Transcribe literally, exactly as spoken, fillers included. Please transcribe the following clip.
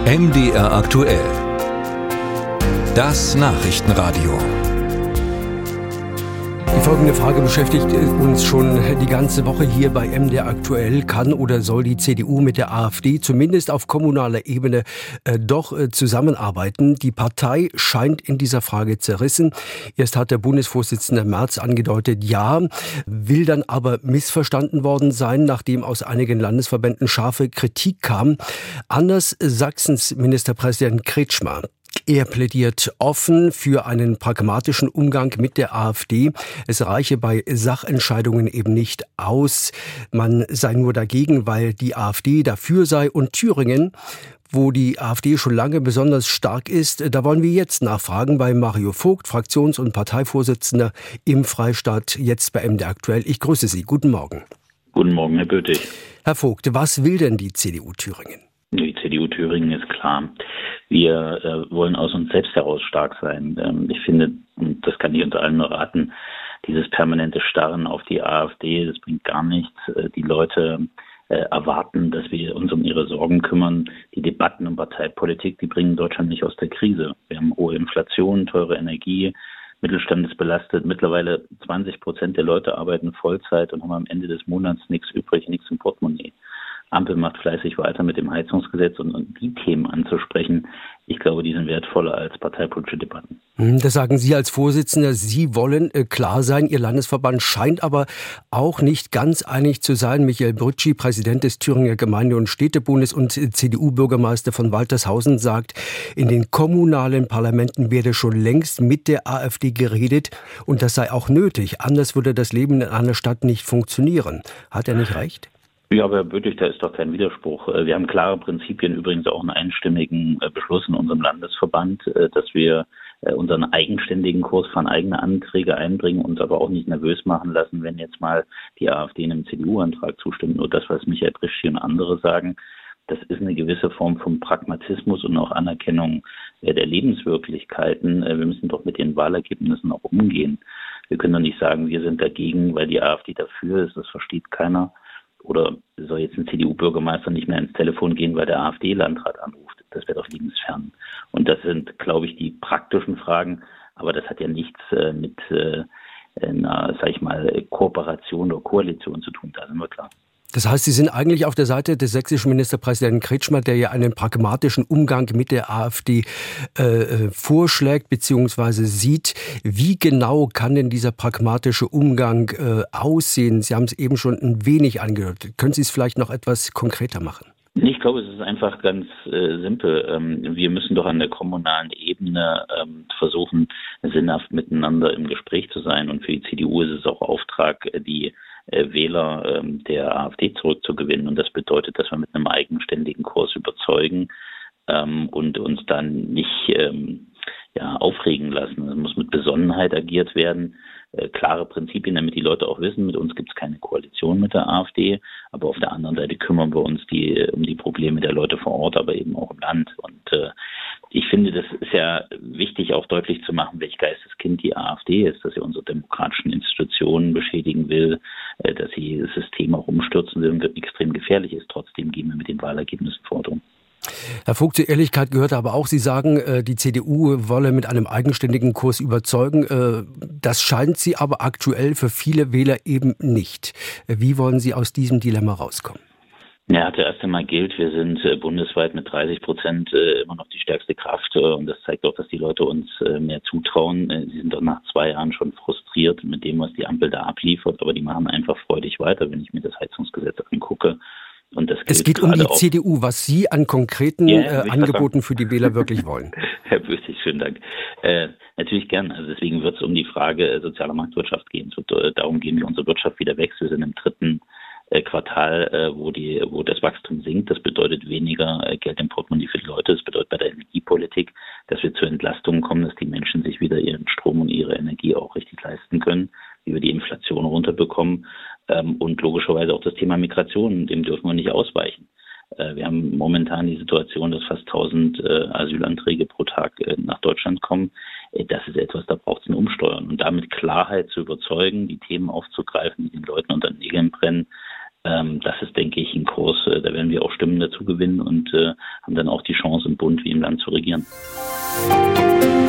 M D R aktuell. Das Nachrichtenradio. Die folgende Frage beschäftigt uns schon die ganze Woche hier bei M D R aktuell. Kann oder soll die C D U mit der AfD zumindest auf kommunaler Ebene äh, doch äh, zusammenarbeiten? Die Partei scheint in dieser Frage zerrissen. Erst hat der Bundesvorsitzende Merz angedeutet, ja, will dann aber missverstanden worden sein, nachdem aus einigen Landesverbänden scharfe Kritik kam. Anders Sachsens Ministerpräsident Kretschmer. Er plädiert offen für einen pragmatischen Umgang mit der AfD. Es reiche bei Sachentscheidungen eben nicht aus. Man sei nur dagegen, weil die AfD dafür sei. Und Thüringen, wo die AfD schon lange besonders stark ist, da wollen wir jetzt nachfragen bei Mario Vogt, Fraktions- und Parteivorsitzender im Freistaat, jetzt bei M D R aktuell. Ich grüße Sie. Guten Morgen. Guten Morgen, Herr Bötig. Herr Vogt, was will denn die C D U Thüringen? Die C D U Thüringen ist klar. Wir äh, wollen aus uns selbst heraus stark sein. Ähm, ich finde, und das kann ich unter allen nur raten, dieses permanente Starren auf die AfD, das bringt gar nichts. Äh, die Leute äh, erwarten, dass wir uns um ihre Sorgen kümmern. Die Debatten um Parteipolitik, die bringen Deutschland nicht aus der Krise. Wir haben hohe Inflation, teure Energie, Mittelstand ist belastet. Mittlerweile zwanzig Prozent der Leute arbeiten Vollzeit und haben am Ende des Monats nichts übrig, nichts im Portemonnaie. Ampel macht fleißig weiter mit dem Heizungsgesetz und, und die Themen anzusprechen, ich glaube, die sind wertvoller als parteipolitische Debatten. Das sagen Sie als Vorsitzender. Sie wollen äh, klar sein. Ihr Landesverband scheint aber auch nicht ganz einig zu sein. Michael Brütschi, Präsident des Thüringer Gemeinde- und Städtebundes und C D U-Bürgermeister von Waltershausen, sagt, in den kommunalen Parlamenten werde schon längst mit der AfD geredet und das sei auch nötig. Anders würde das Leben in einer Stadt nicht funktionieren. Hat er nicht recht? Ja, aber Herr Bötig, da ist doch kein Widerspruch. Wir haben klare Prinzipien, übrigens auch einen einstimmigen Beschluss in unserem Landesverband, dass wir unseren eigenständigen Kurs fahren, eigene Anträge einbringen, uns aber auch nicht nervös machen lassen, wenn jetzt mal die AfD einem C D U-Antrag zustimmt. Nur das, was Michael Brütschi und andere sagen, das ist eine gewisse Form von Pragmatismus und auch Anerkennung der Lebenswirklichkeiten. Wir müssen doch mit den Wahlergebnissen auch umgehen. Wir können doch nicht sagen, wir sind dagegen, weil die AfD dafür ist. Das versteht keiner. Oder soll jetzt ein C D U-Bürgermeister nicht mehr ins Telefon gehen, weil der AfD-Landrat anruft? Das wäre doch lebensfern. Und das sind, glaube ich, die praktischen Fragen. Aber das hat ja nichts äh, mit äh, einer, sag ich mal, Kooperation oder Koalition zu tun. Da sind wir klar. Das heißt, Sie sind eigentlich auf der Seite des sächsischen Ministerpräsidenten Kretschmer, der ja einen pragmatischen Umgang mit der AfD äh, vorschlägt bzw. sieht. Wie genau kann denn dieser pragmatische Umgang äh, aussehen? Sie haben es eben schon ein wenig angedeutet. Können Sie es vielleicht noch etwas konkreter machen? Ich glaube, es ist einfach ganz äh, simpel. Ähm, wir müssen doch an der kommunalen Ebene ähm, versuchen, sinnhaft miteinander im Gespräch zu sein. Und für die C D U ist es auch Auftrag, die äh, Wähler ähm, der AfD zurückzugewinnen. Und das bedeutet, dass wir mit einem eigenständigen Kurs überzeugen ähm, und uns dann nicht ähm, ja, aufregen lassen. Es muss mit Besonnenheit agiert werden. Äh, klare Prinzipien, damit die Leute auch wissen, mit uns gibt es keine Koalition mit der AfD, aber auf der anderen Seite kümmern wir uns die, um die Probleme der Leute vor Ort, aber eben auch im Land. Und äh, ich finde, das ist ja wichtig, auch deutlich zu machen, welch Geisteskind die AfD ist, dass sie unsere demokratischen Institutionen beschädigen will, äh, dass sie das System auch umstürzen will und extrem gefährlich ist. Trotzdem gehen wir mit den Wahlergebnissen fort. Herr Vogt, zur Ehrlichkeit gehört aber auch, Sie sagen, die C D U wolle mit einem eigenständigen Kurs überzeugen. Das scheint sie aber aktuell für viele Wähler eben nicht. Wie wollen Sie aus diesem Dilemma rauskommen? Ja, zuerst einmal gilt, wir sind bundesweit mit dreißig Prozent immer noch die stärkste Kraft und das zeigt auch, dass die Leute uns mehr zutrauen. Sie sind doch nach zwei Jahren schon frustriert mit dem, was die Ampel da abliefert, aber die machen einfach freudig weiter, wenn ich mir das Heizungsgesetz angucke. Und das es geht um die C D U, was Sie an konkreten ja, äh, Angeboten für die Wähler wirklich wollen. Herr Bösig, vielen Dank. Äh, natürlich gern. Also deswegen wird es um die Frage äh, sozialer Marktwirtschaft gehen. Es wird äh, darum gehen, wie unsere Wirtschaft wieder wächst. Wir sind im dritten äh, Quartal, äh, wo die, wo das Wachstum sinkt. Das bedeutet weniger äh, Geld im Portemonnaie für die Leute. Das bedeutet bei der Energiepolitik, dass wir zur Entlastung kommen, dass die Menschen sich wieder ihren Strom und ihre Energie auch richtig leisten können, wie wir die Inflation runterbekommen. Ähm, und logischerweise auch das Thema Migration, dem dürfen wir nicht ausweichen. Äh, wir haben momentan die Situation, dass fast tausend äh, Asylanträge pro Tag äh, nach Deutschland kommen. Äh, das ist etwas, da braucht es ein Umsteuern. Und damit Klarheit zu überzeugen, die Themen aufzugreifen, die den Leuten unter den Nägeln brennen, Ähm, das ist, denke ich, ein Kurs, äh, da werden wir auch Stimmen dazu gewinnen und äh, haben dann auch die Chance, im Bund wie im Land zu regieren.